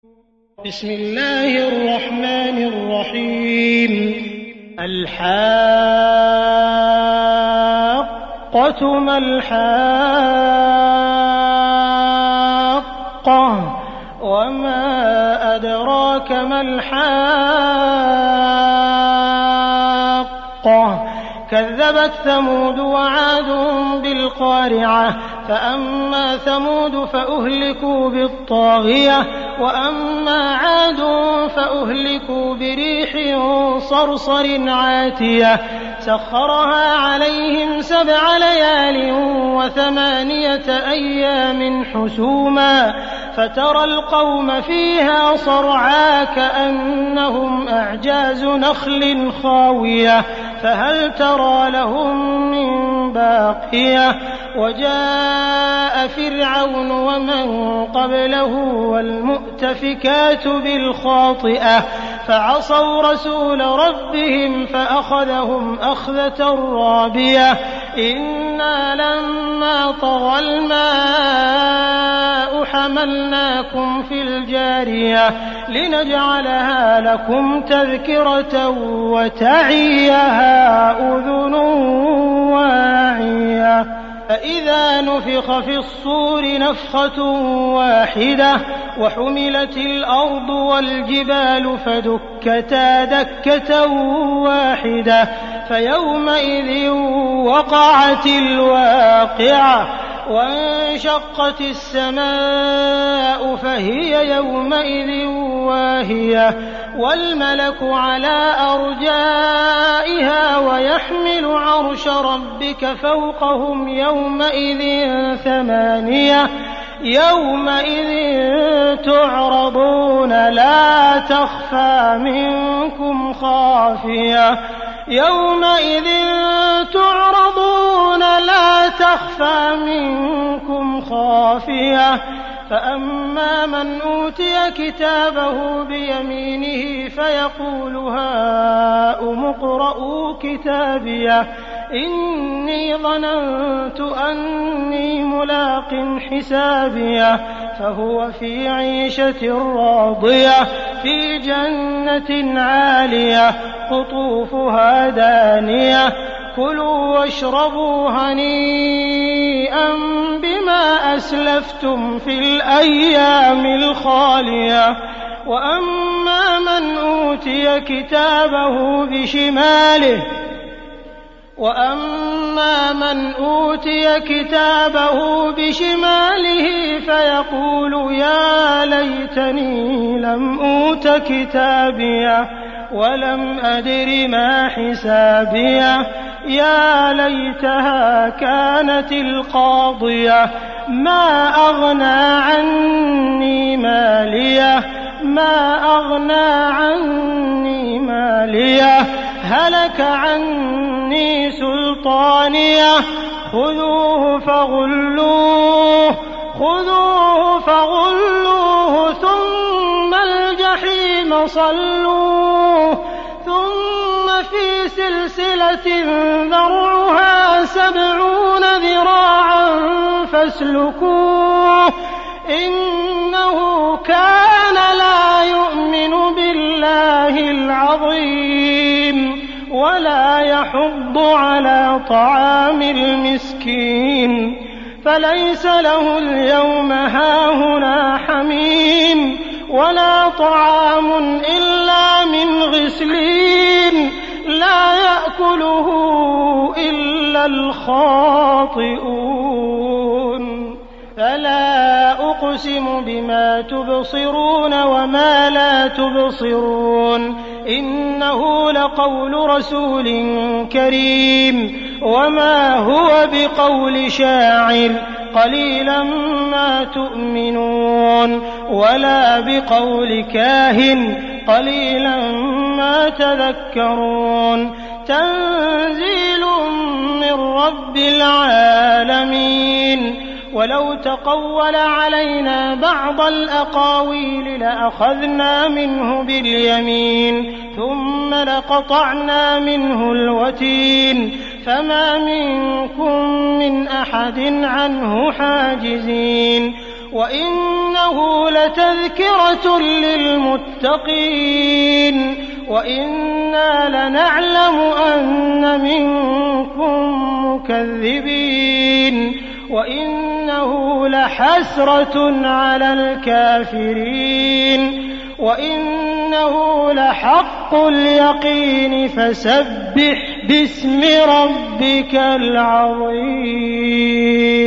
بسم الله الرحمن الرحيم. الحاقة ما الحاقة وما أدراك ما الحاقة كذبت ثمود وعاد بالقارعة فأما ثمود فأهلكوا بالطاغية وأما عاد فأهلكوا بريح صرصر عاتية سخرها عليهم 7 ليال و8 أيام حسوما فترى القوم فيها صرعى كأنهم أعجاز نخل خاوية فهل ترى لهم من باقية وجاء فرعون ومن قبله والمؤتفكات بالخاطئة فعصوا رسول ربهم فأخذهم أخذة رابية إنا لما طغى الماء حملناكم في الجارية لنجعلها لكم تذكرة وتعيها أذن واعية فإذا نفخ في الصور نفخة واحدة وحملت الأرض والجبال فدكتا دكة واحدة فيومئذ وقعت الواقعة وانشقت السماء فهي يومئذ واهية والملك على أرجائها ويحمل عرش ربك فوقهم يومئذ 8 يومئذ تعرضون لا تخفى منكم خافية يومئذ تعرضون لا تخفى منكم خافية فأما من أوتي كتابه بيمينه فيقول هاؤم اقرءوا كتابيه إني ظننت أني ملاق حسابيه فهو في عيشة راضية في جنة عالية قطوفها دانية كلوا واشربوا هنيئا بما أسلفتم في الأيام الخالية وأما من أوتي كتابه بشماله فيقول يا ليتني لم أوت كتابيه ولم أدر ما حسابيه يا ليتها كانت القاضية ما أغنى عني ماليه هلك عني سلطانيه خذوه فغلوه ثم الجحيم صلوه ثم في سلسلة ذرعها 70 ذراعا فاسلكوه إنه كان لا يؤمن بالله العظيم ولا يحض على طعام المسكين فليس له اليوم هاهنا حميم ولا طعام إلا من غسلين لا يأكله إلا الخاطئون فلا أقسم بما تبصرون وما لا تبصرون إنه لقول رسول كريم وما هو بقول شاعر قليلا ما تؤمنون ولا بقول كاهن قليلا ما تذكرون تنزيل من رب العالمين ولو تقول علينا بعض الأقاويل لأخذنا منه باليمين ثم لقطعنا منه الوتين فما منكم من أحد عنه حاجزين وإنه لتذكرة للمتقين وإنا لنعلم أن منكم مكذبين وإنه لحسرة على الكافرين وإنه لحق اليقين فسبح باسم ربك العظيم.